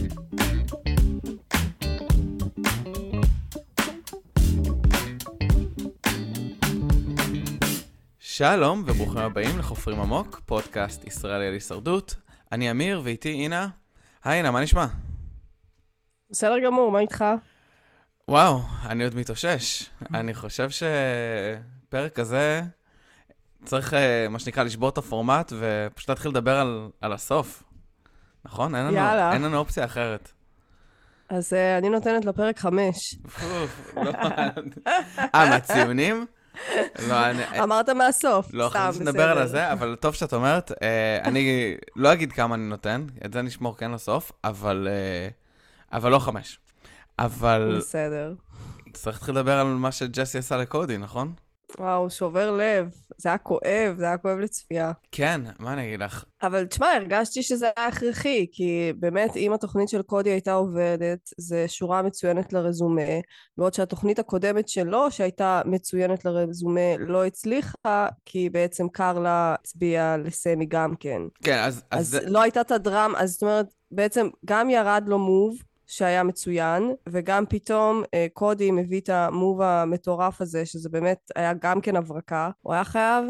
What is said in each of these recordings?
שלום וברוכים הבאים לחופרים עמוק, פודקאסט ישראלי על הישרדות. אני אמיר ואיתי אינה. היי אינה, מה נשמע? בסדר גמור, מה איתך? וואו, אני עוד מתאושש. אני חושב שפרק כזה צריך, מה שנקרא, לשבור את הפורמט ופשוט להתחיל לדבר על הסוף. נכון? יאללה. אין לנו אופציה אחרת. אז אני נותנת לפרק 5. לא. מהציונים? לא, אמרת מהסוף. לא, חשבתי שנדבר על זה, אבל טוב שאת אומרת. אני לא אגיד כמה אני נותן, את זה נשמור כן לסוף, אבל לא 5. אבל בסדר. צריך להתחיל לדבר על מה שג'סי עשה לקודי, נכון? וואו, שובר לב. זה היה כואב לצפייה. כן, מה אני אגיד לך? אבל תשמע, הרגשתי שזה היה הכרחי, כי באמת אם התוכנית של קודי הייתה עובדת, זה שורה מצוינת לרזומה, בעוד שהתוכנית הקודמת שלו, שהייתה מצוינת לרזומה, לא הצליחה, כי בעצם קרלה הצביעה לסמי גם כן. כן, אז לא הייתה את הדרמה, אז זאת אומרת, בעצם גם ירד לו מוב, שהיה מצוין, וגם פתאום קודי מביא את המוב המטורף הזה, שזה באמת היה גם כן הברקה. הוא היה חייב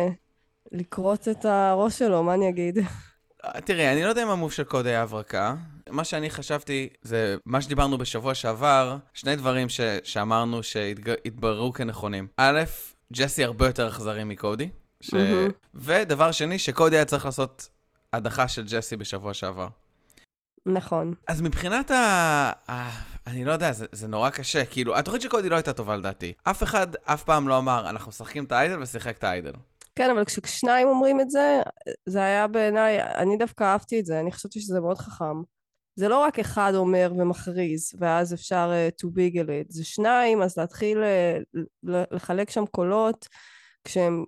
לקרוץ את הראש שלו, מה אני אגיד? תראי, אני לא יודע אם המוב של קודי היה הברקה. מה שאני חשבתי זה מה שדיברנו בשבוע שעבר, שני דברים שאמרנו שהתבררו כנכונים. א', ג'סי הרבה יותר אכזרי מקודי, ודבר שני, שקודי היה צריך לעשות הדחה של ג'סי בשבוע שעבר. נכון. אז מבחינת אני לא יודע, זה נורא קשה. כאילו, התוכנית של קודי לא הייתה טובה לדעתי. אף אחד אף פעם לא אמר, אנחנו משחקים את האיידל ושיחק את האיידל. כן, אבל כששניים אומרים את זה, זה היה בעיניי, אני דווקא אהבתי את זה, אני חשבתי שזה מאוד חכם. זה לא רק אחד אומר ומכריז, ואז אפשר to biggle it. זה שניים, אז להתחיל לחלק שם קולות, כשהם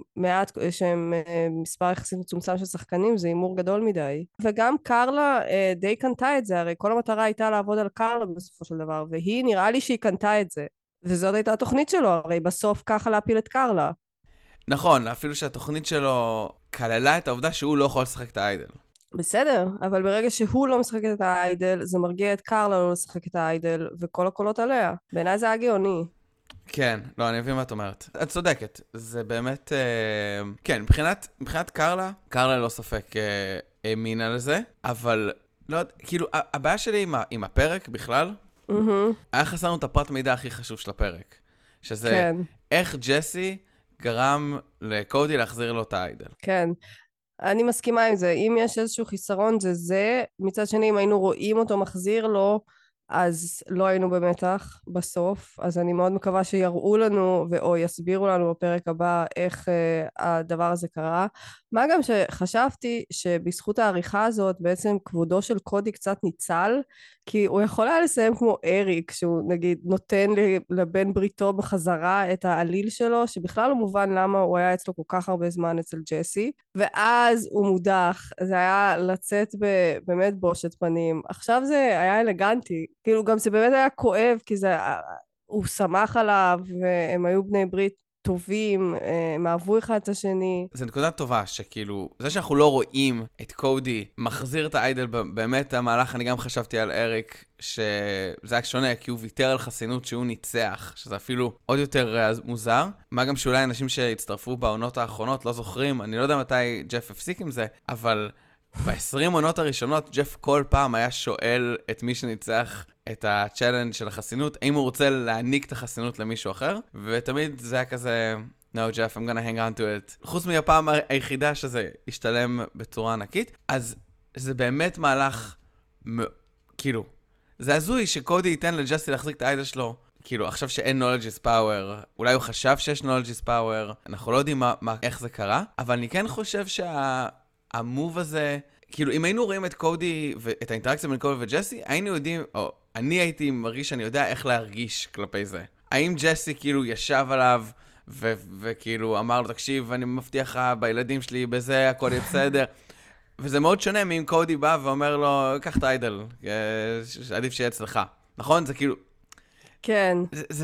מספר יחסית מצומצם של שחקנים, זה אימור גדול מדי. וגם קרלה די קנתה את זה, הרי כל המטרה הייתה לעבוד על קרלה בסופו של דבר, והיא נראה לי שהיא קנתה את זה. וזאת הייתה התוכנית שלו, הרי בסוף ככה להפיל את קרלה. נכון, אפילו שהתוכנית שלו כללה את העובדה שהוא לא יכול לשחק את האיידל. בסדר, אבל ברגע שהוא לא משחק את האיידל, זה מרגיע את קרלה לא לשחק את האיידל, וכל הקולות עליה. בעיניי זה היה גאוני. כן, לא, אני מבין מה את אומרת. את צודקת, זה באמת, כן, מבחינת קרלה לא ספק האמינה לזה, אבל לא, כאילו, הבעיה שלי עם הפרק בכלל, היה חסרנו את הפרט מידע הכי חשוב של הפרק, שזה כן. איך ג'סי גרם לקודי להחזיר לו את האיידל. כן, אני מסכימה עם זה. אם יש איזשהו חיסרון זה, מצד שני אם היינו רואים אותו מחזיר לו, אז לא היינו במתח בסוף, אז אני מאוד מקווה שיראו לנו או יסבירו לנו בפרק הבא איך הדבר הזה קרה. מה גם שחשבתי שבזכות העריכה הזאת בעצם כבודו של קודי קצת ניצל, כי הוא יכול היה לסיים כמו אריק, שהוא נגיד נותן לבן בריתו בחזרה את העליל שלו, שבכלל לא מובן למה הוא היה אצלו כל כך הרבה זמן אצל ג'סי, ואז הוא מודח, זה היה לצאת באמת בושת פנים. עכשיו זה היה אלגנטי, כאילו גם זה באמת היה כואב, כי הוא שמח עליו, והם היו בני ברית טובים, הם אהבו אחד את השני. זו נקודה טובה, שכאילו, זה שאנחנו לא רואים את קודי מחזיר את האיידל, באמת המהלך, אני גם חשבתי על אריק, שזה היה שונה, כי הוא ויתר על חסינות שהוא ניצח, שזה אפילו עוד יותר מוזר. מה גם שאולי אנשים שהצטרפו בעונות האחרונות לא זוכרים, אני לא יודע מתי ג'ף הפסיק עם זה, אבל ב-20 עונות הראשונות, ג'ף כל פעם היה שואל את מי שניצח את הצ'לנג' של החסינות, האם הוא רוצה להעניק את החסינות למישהו אחר, ותמיד זה היה כזה, no, Jeff, I'm gonna hang on to it. חוץ מהפעם היחידה שזה השתלם בצורה ענקית, אז זה באמת מהלך, כאילו, זה הזוי שקודי ייתן לג'סי להחזיק את האיידל שלו, כאילו, עכשיו שאין knowledge is power, אולי הוא חשב שיש knowledge is power, אנחנו לא יודעים איך זה קרה, אבל אני כן חושב שהמוב הזה, כאילו, אם היינו רואים את קודי, את האינטראקציה בין קודי וג'סי, היינו יודעים, או אני הייתי מרגיש שאני יודע איך להרגיש כלפי זה. האם ג'סי כאילו ישב עליו, וכאילו אמר לו, תקשיב, אני מבטיח לך בילדים שלי, בזה הכל יהיה בסדר. וזה מאוד שונה מאם קודי בא ואומר לו, קח את האיידל, עדיף שיהיה אצלך. נכון? זה כאילו... כן.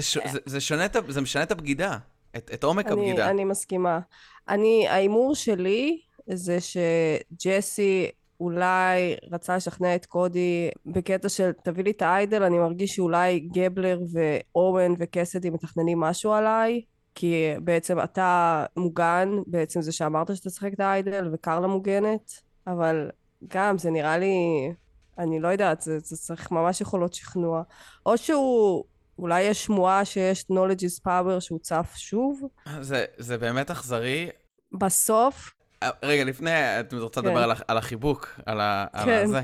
זה משנה את הבגידה, את עומק הבגידה. אני מסכימה. האימור שלי זה שג'סי אולי רצה לשכנע את קודי בקטע של תביא לי את האיידל, אני מרגיש שאולי גבלר ואורן וקסדי מתכננים משהו עליי, כי בעצם אתה מוגן, בעצם זה שאמרת שאתה שחק את האיידל וקרלה מוגנת, אבל גם זה נראה לי, אני לא יודעת, זה צריך ממש יכולות שכנוע. או שהוא, אולי יש שמועה שיש knowledge is power שהוא צף שוב. זה באמת אכזרי. בסוף. רגע, לפני, את רוצה לדבר על החיבוק, על זה.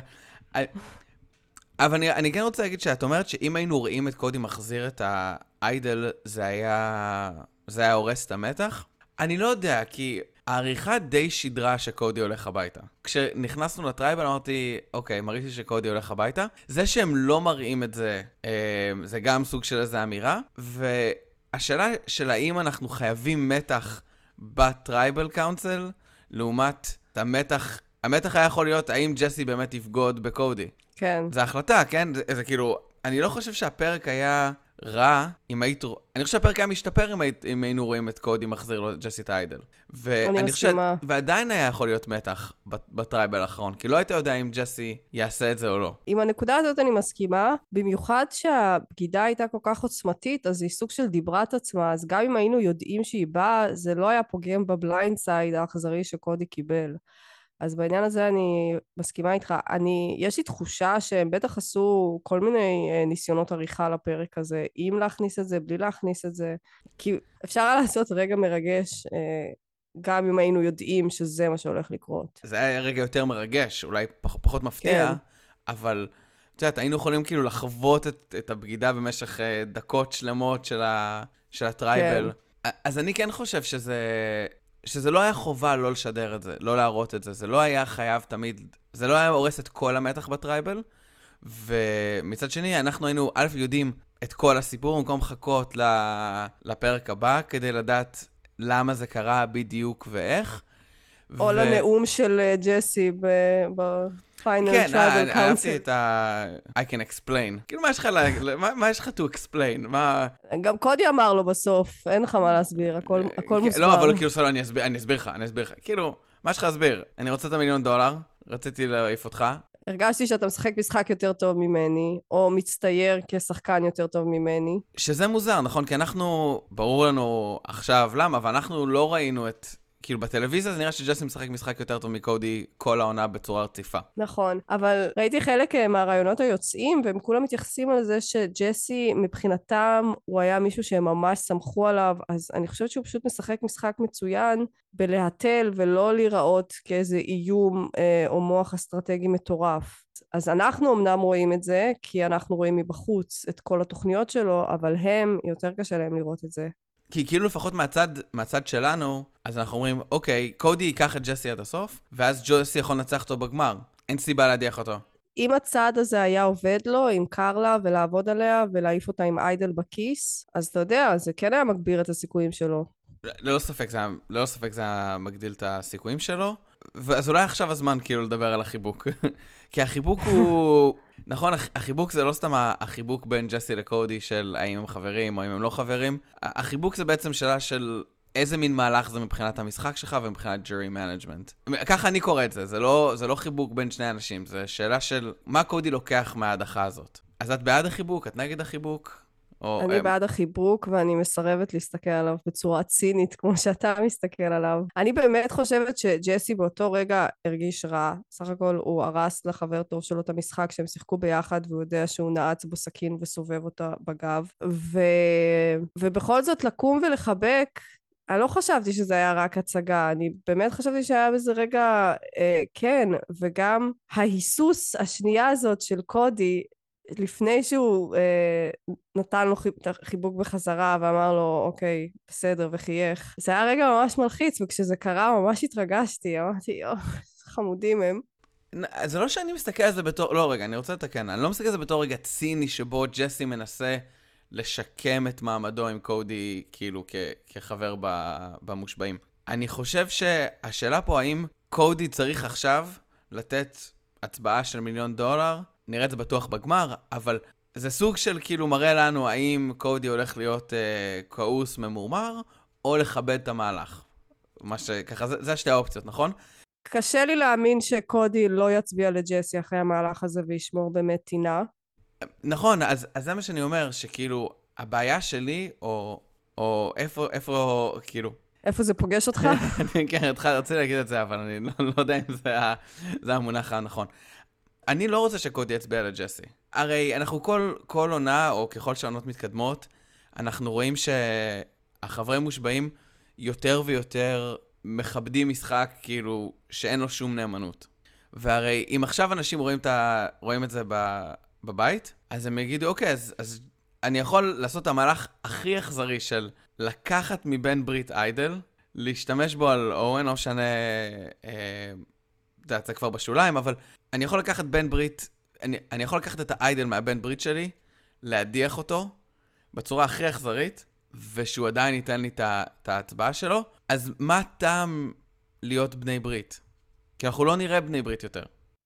אבל אני כן רוצה להגיד שאת אומרת שאם היינו רואים את קודי מחזיר את האיידל, זה היה הורס את המתח. אני לא יודע, כי העריכה די שידרה שקודי הולך הביתה. כשנכנסנו לטרייבל אמרתי, אוקיי, מרגיש לי שקודי הולך הביתה. זה שהם לא מראים את זה, זה גם סוג של איזו אמירה. והשאלה של האם אנחנו חייבים מתח בטרייבל קאונסל, לעומת המתח היה יכול להיות האם ג'סי באמת יבגוד בקודי. כן. זה החלטה, כן? זה כאילו, אני לא חושב שהפרק היה רע אם אני חושב שהפרק היה משתפר אם היינו רואים את קודי מחזיר לו ג'סי את האיידל. אני מסכימה. ועדיין היה יכול להיות מתח בטרייבל האחרון, כי לא היית יודע אם ג'סי יעשה את זה או לא. עם הנקודה הזאת אני מסכימה, במיוחד שהבגידה הייתה כל כך עוצמתית, אז היא סוג של דיברה את עצמה, אז גם אם היינו יודעים שהיא באה, זה לא היה פוגם בבליינד סייד האכזרי שקודי קיבל. אז בעניין הזה אני מסכימה איתך. יש לי תחושה שהם בטח עשו כל מיני ניסיונות עריכה לפרק הזה, אם להכניס את זה, בלי להכניס את זה, כי אפשר היה לעשות רגע מרגש, גם אם היינו יודעים שזה מה שהולך לקרות. זה היה רגע יותר מרגש, אולי פחות מפתיע, כן. אבל את יודעת, היינו יכולים כאילו לחוות את הבגידה במשך דקות שלמות של הטרייבל. כן. אז אני כן חושב שזה לא היה חובה לא לשדר את זה, לא להראות את זה, זה לא היה חייב תמיד, זה לא היה הורס את כל המתח בטרייבל, ומצד שני אנחנו היינו יודעים את כל הסיפור, במקום לחכות לפרק הבא, כדי לדעת למה זה קרה בדיוק ואיך. או לנאום של ג'סי בפיינל כן, טרייבל קאונסל. אהבתי את I can explain. כאילו, מה יש לך to explain? גם קודי אמר לו בסוף, אין לך מה להסביר, הכל מוסבר. לא, אבל כאילו, סולו, אני אסביר לך. כאילו, מה יש לך להסביר? אני רוצה את $1,000,000, רציתי להעיף אותך. הרגשתי שאתה משחק משחק יותר טוב ממני, או מצטייר כשחקן יותר טוב ממני. שזה מוזר, נכון? כי ברור לנו עכשיו למה, אבל אנחנו לא ראינו כאילו בטלוויזיה זה נראה שג'סי משחק משחק יותר טוב מקודי כל העונה בצורה רציפה. נכון, אבל ראיתי חלק מהרעיונות היוצאים, והם כולם מתייחסים על זה שג'סי מבחינתם הוא היה מישהו שהם ממש סמכו עליו, אז אני חושבת שהוא פשוט משחק משחק מצוין בלהטל ולא להיראות כאיזה איום או מוח אסטרטגי מטורף. אז אנחנו אמנם רואים את זה, כי אנחנו רואים מבחוץ את כל התוכניות שלו, אבל הם, יותר קשה להם לראות את זה. כי כאילו לפחות מהצד שלנו, אז אנחנו אומרים, אוקיי, קודי ייקח את ג'סי עד הסוף, ואז ג'סי יכול לנצח אותו בגמר. אין סיבה להדיח אותו. אם הצעד הזה היה עובד לו עם קרלה ולעבוד עליה ולהעיף אותה עם איידל בכיס, אז אתה יודע, זה כן היה מגביר את הסיכויים שלו. ללא ספק זה היה מגדיל את הסיכויים שלו, אז אולי עכשיו הזמן כאילו לדבר על החיבוק. כי החיבוק הוא... נכון, החיבוק זה לא סתם החיבוק בין ג'סי לקודי של האם הם חברים או האם הם לא חברים. החיבוק זה בעצם שאלה של איזה מין מהלך זה מבחינת המשחק שלך ומבחינת ג'רי מנג'מנט. ככה אני קורא את זה, זה לא חיבוק בין שני אנשים, זה שאלה של מה קודי לוקח מההדחה הזאת. אז את בעד החיבוק? את נגד החיבוק? אני בעד החיבוק ואני מסרבת להסתכל עליו בצורה צינית כמו שאתה מסתכל עליו. אני באמת חושבת שג'סי באותו רגע הרגיש רע. סך הכל הוא הרס לחבר טוב שלו את המשחק שהם שיחקו ביחד והוא יודע שהוא נעץ בו סכין וסובב אותה בגב. ובכל זאת לקום ולחבק, אני לא חשבתי שזה היה רק הצגה, אני באמת חשבתי שהיה בזה רגע כן, וגם ההיסוס השנייה הזאת של קודי לפני שהוא נתן לו חיבוק בחזרה ואמר לו אוקיי בסדר וחייך, זה היה רגע ממש מלחיץ, וכשזה קרה ממש התרגשתי, אמרתי חמודים הם. זה לא שאני מסתכל על זה בתור, לא רגע אני רוצה לתקן, אני לא מסתכל על זה בתור רגע ציני שבו ג'סי מנסה לשקם את מעמדו עם קודי כאילו כחבר במושבעים. אני חושב שהשאלה פה האם קודי צריך עכשיו לתת הצבעה של $1,000,000, נראה את זה בטוח בגמר, אבל זה סוג של כאילו מראה לנו האם קודי הולך להיות כעוס ממורמר, או לכבד את המהלך. מה שככה, זה השתי האופציות, נכון? קשה לי להאמין שקודי לא יצביע לג'סי אחרי המהלך הזה וישמור באמת טינה. נכון, אז זה מה שאני אומר, שכאילו, הבעיה שלי, או איפה, כאילו, איפה זה פוגש אותך? אני כן, רציתי להגיד את זה, אבל אני לא יודע אם זה המונח הנכון. אני לא רוצה שקודי יצביע לג'סי. הרי אנחנו כל עונה, או ככל שהעונות מתקדמות, אנחנו רואים שהחברי מושבעים יותר ויותר מכבדים משחק, כאילו, שאין לו שום נאמנות. והרי אם עכשיו אנשים רואים את זה בבית, אז הם יגידו, אוקיי, אז אני יכול לעשות את המהלך הכי אכזרי של לקחת מבן ברית איידל, להשתמש בו על אורן, או שאני, זה כבר בשוליים, אבל אני יכול לקחת בן ברית, אני יכול לקחת את האיידל מהבן ברית שלי, להדיח אותו בצורה הכי אכזרית, ושהוא עדיין ייתן לי את ההצבעה שלו, אז מה טעם להיות בני ברית? כי אנחנו לא נראה בני ברית יותר.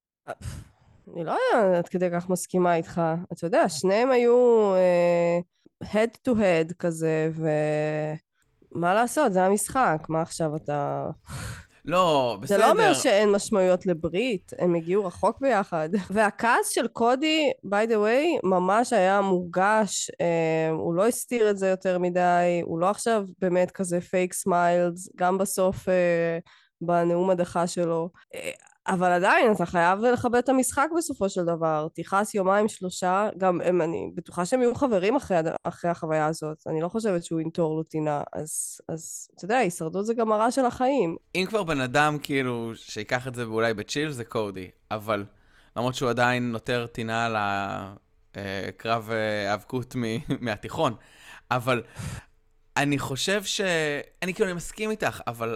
אני לא עד כדי כך מסכימה איתך. אתה יודע, שניהם היו head to head כזה, ומה לעשות, זה המשחק. מה עכשיו אתה... לא, בסדר. זה לא אומר שאין משמעויות לברית, הם הגיעו רחוק ביחד. והכעס של קודי, by the way, ממש היה מורגש, הוא לא הסתיר את זה יותר מדי, הוא לא עכשיו באמת כזה פייק סמיילס, גם בסוף בנאום הדחה שלו. אבל עדיין, אתה חייב לכבד את המשחק בסופו של דבר. תיחס יומיים שלושה, גם אני בטוחה שהם יהיו חברים אחרי החוויה הזאת. אני לא חושבת שהוא ינטור לו טינה. אז אתה יודע, הישרדות זה גם מראה של החיים. אם כבר בן אדם, כאילו, שיקח את זה אולי בצ'יל, זה קודי. אבל, למרות שהוא עדיין נותר טינה לקרב האבקות מהתיכון. אבל אני חושב אני כאילו, אני מסכים איתך, אבל...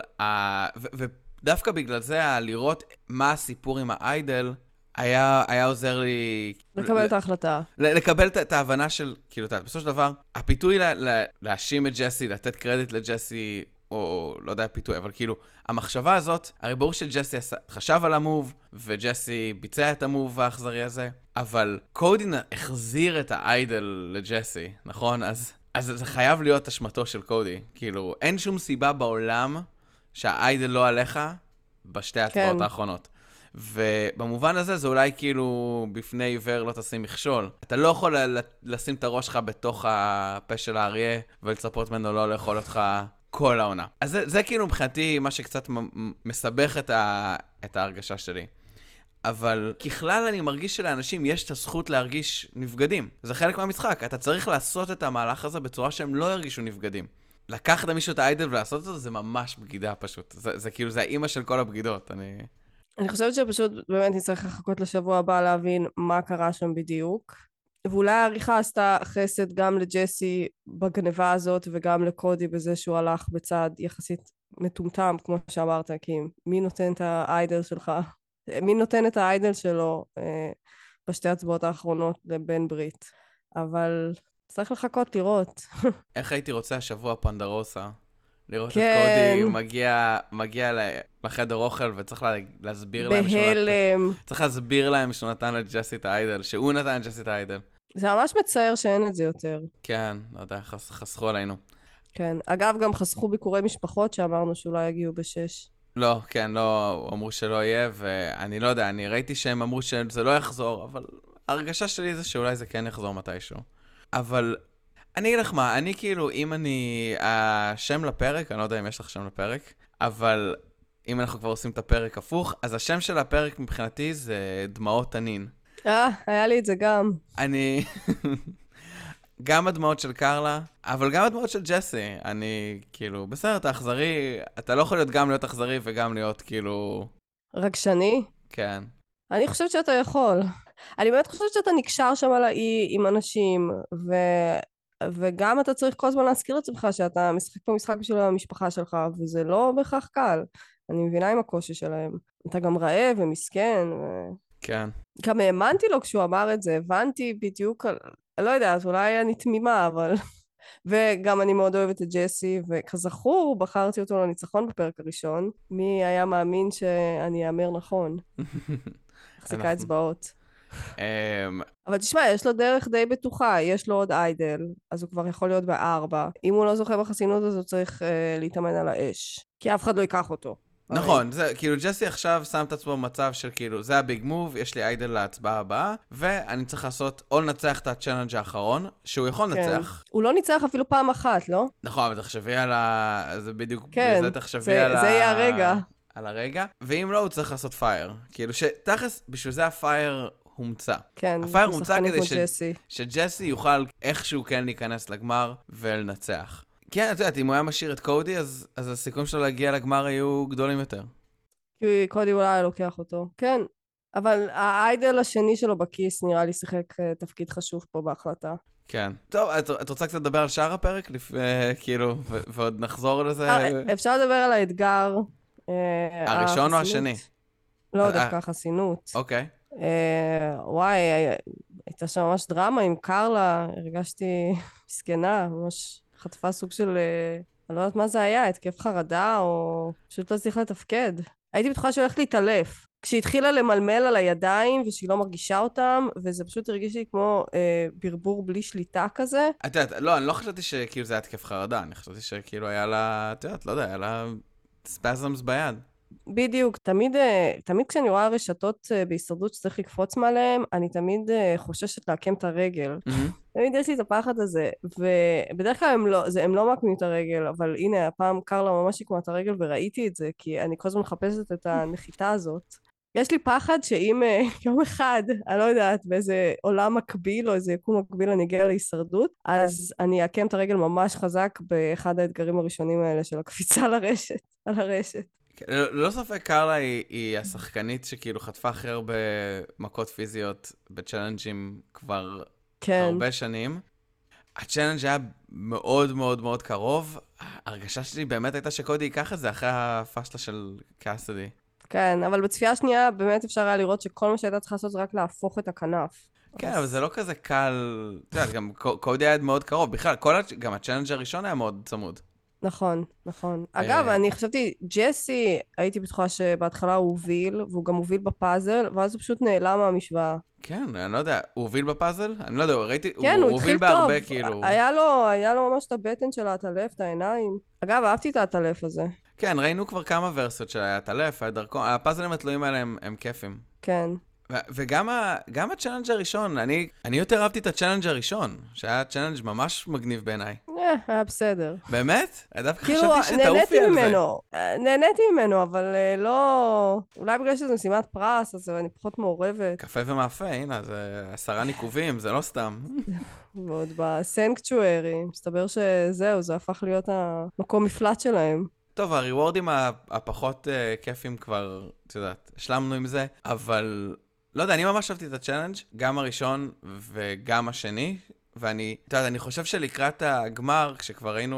ודווקא בגלל זה, לראות מה הסיפור עם האיידל, היה עוזר לי... לקבל את ההחלטה. לקבל את ההבנה של, כאילו, בסופו של דבר, הפיתוי להאשים את ג'סי, לתת קרדיט לג'סי, או לא יודע פיתוי, אבל כאילו, המחשבה הזאת, הרי ברור שג'סי חשב על המוב, וג'סי ביצע את המוב האכזרי הזה, אבל קודי החזיר את האיידל לג'סי, נכון? אז זה חייב להיות אשמתו של קודי. כאילו, אין שום סיבה בעולם שהאיידל לא עליך בשתי ההצבעות האחרונות. ובמובן הזה זה אולי כאילו בפני עיוור לא תשים מכשול. אתה לא יכול לשים את הראש שלך בתוך הפה של האריה ולצפות ממנו לא לאכול אותך כל העונה. אז זה כאילו מבחינתי מה שקצת מסבך את ההרגשה שלי. אבל ככלל אני מרגיש שלאנשים יש את הזכות להרגיש נבגדים. זה חלק מהמשחק. אתה צריך לעשות את המהלך הזה בצורה שהם לא ירגישו נבגדים. לקחת מישהו את האיידל ולעשות את זה ממש בגידה פשוט. זה כאילו, זה האימא של כל הבגידות. אני חושבת שפשוט באמת נצטרך לחכות לשבוע הבא להבין מה קרה שם בדיוק. ואולי העריכה עשתה חסד גם לג'סי בגניבה הזאת וגם לקודי בזה שהוא הלך בצד יחסית מטומטם, כמו שאמרת, כי מי נותן את האיידל שלך? מי נותן את האיידל שלו בשתי הצבעות האחרונות לבן ברית? אבל צריך לחכות לראות. איך הייתי רוצה השבוע פנדרוסה? לראות כן. את קודי מגיע לחדר אוכל וצריך להסביר להם בהלם. צריך להסביר להם שהוא נתן לג'סי את האיידל, שהוא נתן לג'סי את האיידל. זה ממש מצער שאין את זה יותר. כן, לא יודע, חסכו עלינו. כן, אגב גם חסכו ביקורי משפחות שאמרנו שאולי יגיעו ב6. לא, כן, לא, אמרו שלא יהיה, ואני לא יודע, אני ראיתי שהם אמרו שזה לא יחזור, אבל ההרגשה שלי זה שאולי זה כן יחזור מתישהו. אבל אני אגיד לך מה, אני כאילו, אם השם לפרק, אני לא יודע אם יש לך שם לפרק, אבל אם אנחנו כבר עושים את הפרק הפוך, אז השם של הפרק מבחינתי זה דמעות תנין. היה לי את זה גם. גם הדמעות של קרלה, אבל גם הדמעות של ג'סי. אני כאילו, בסדר, אתה אכזרי, אתה לא יכול להיות אכזרי וגם להיות כאילו... רגשני? כן. אני חושבת שאתה יכול. אני באמת חושבת שאתה נקשר שם על האי עם אנשים, וגם אתה צריך כל הזמן להזכיר לעצמך שאתה משחק פה משחק בשביל המשפחה שלך, וזה לא בהכרח קל. אני מבינה עם הקושי שלהם. אתה גם רעב ומסכן. כן. גם האמנתי לו כשהוא אמר את זה, הבנתי בדיוק, לא יודעת, אולי אני תמימה, אבל... וגם אני מאוד אוהבת את ג'סי, וכזכור, בחרתי אותו לניצחון בפרק הראשון. מי היה מאמין שאני אאמר נכון? החזיקה אצבעות. אבל תשמע, יש לו דרך די בטוחה, יש לו עוד איידל, אז הוא כבר יכול להיות ב4. אם הוא לא זוכה בחסינות, אז הוא צריך להתאמן על האש, כי אף אחד לא ייקח אותו. נכון, זה, כאילו ג'סי עכשיו שם את עצמו במצב של כאילו, זה הביג מוב, יש לי איידל להצבעה הבאה, ואני צריך לעשות או לנצח את הצ'אלנג' האחרון, שהוא יכול לנצח. הוא לא ניצח אפילו פעם אחת, לא? נכון, אבל תחשבי על ה... זה בדיוק, כן, בזה תחשבי על ה... זה יהיה הרגע. על הרגע, ואם לא, הוא צריך לעשות פייר. כאילו שתכלס, בשביל זה הפייר הומצא. כן, הפייר הומצא כדי ג'סי. שג'סי יוכל איכשהו כן להיכנס לגמר ולנצח. כן, את יודעת, אם הוא היה משאיר את קודי, אז הסיכויים שלו להגיע לגמר היו גדולים יותר. כי קודי אולי היה לוקח אותו. כן, אבל האיידל השני שלו בכיס נראה לי שיחק תפקיד חשוב פה בהחלטה. כן. טוב, את רוצה קצת לדבר על שאר הפרק? כאילו, ועוד נחזור לזה? אפשר לדבר על האתגר. הראשון או השני? לא, דווקא החסינות. אוקיי. וואי, הייתה שם ממש דרמה עם קרלה, הרגשתי מסכנה, ממש חטפה סוג של, אני לא יודעת מה זה היה, התקף חרדה, או פשוט לא צריך לתפקד. הייתי בטוחה שהיא הולכת להתעלף. כשהיא התחילה למלמל על הידיים, ושהיא לא מרגישה אותם, וזה פשוט הרגיש לי כמו ברבור בלי שליטה כזה. את יודעת, לא, אני לא חשבתי שכאילו זה היה התקף חרדה, אני חשבתי שכאילו היה לה, את יודעת, לא יודע, היה לה ספזמס ביד. בדיוק, תמיד כשאני רואה רשתות בהישרדות שצריך לקפוץ מעליהם, אני תמיד חוששת לעקם את הרגל. תמיד יש לי את הפחד הזה, ובדרך כלל הם לא מעקמים את הרגל, אבל הנה, הפעם קרלה ממש עקמה את הרגל וראיתי את זה, כי אני כל הזמן מחפשת את הנחיתה הזאת. יש לי פחד שאם יום אחד, אני לא יודעת, באיזה עולם מקביל או איזה יקום מקביל אני אגיע להישרדות, אז אני אעקם את הרגל ממש חזק באחד האתגרים הראשונים האלה של הקפיצה לרשת, על הרשת. לא ספק, קרלה היא השחקנית שכאילו חטפה הכי הרבה מכות פיזיות בצ'לנג'ים כבר הרבה שנים. הצ'לנג' היה מאוד מאוד מאוד קרוב. ההרגשה שלי באמת הייתה שקודי ייקח את זה אחרי הפשלה של קאסדי. כן, אבל בצפייה שנייה באמת אפשר היה לראות שכל מה שהייתה צריכה לעשות זה רק להפוך את הכנף. כן, אבל זה לא כזה קל. אתה יודע, גם קודי היה מאוד קרוב. בכלל, גם הצ'לנג' הראשון היה מאוד צמוד. נכון, נכון. אגב, אני חשבתי, ג'סי, הייתי בטוחה שבהתחלה הוא הוביל, והוא גם הוביל בפאזל, ואז הוא פשוט נעלם מהמשוואה. כן, אני לא יודע, הוא הוביל בפאזל? אני לא יודע, ראיתי, כן, הוא הוביל התחיל טוב. בהרבה, כאילו. היה לו ממש את הבטן של העטלף, את העיניים. אגב, אהבתי את העטלף הזה. כן, ראינו כבר כמה ורסיות של העטלף, הפאזלים התלויים האלה הם כיפים. כן. וגם הצ'אלנג' הראשון, אני יותר אהבתי את הצ'אלנג' הראשון, שהיה צ'אלנג' ממש מגניב בעיניי. היה בסדר. באמת? דווקא חשבתי שתעופי על זה. נהניתי ממנו, אבל לא... אולי בגלל שזה משימת פרס, אז אני פחות מעורבת. קפה ומאפה, הנה, זה 10 ניקובים, זה לא סתם. ועוד בסנקצ'וארי, מסתבר שזהו, זה הפך להיות המקום מפלט שלהם. טוב, הריוורדים הפחות כיפים כבר, את יודעת, השלמנו עם זה, אבל לא יודע, אני ממש אהבתי את הצ'אלנג', גם הראשון וגם השני, ואני, אתה יודע, אני חושב שלקראת הגמר, כשכבר ראינו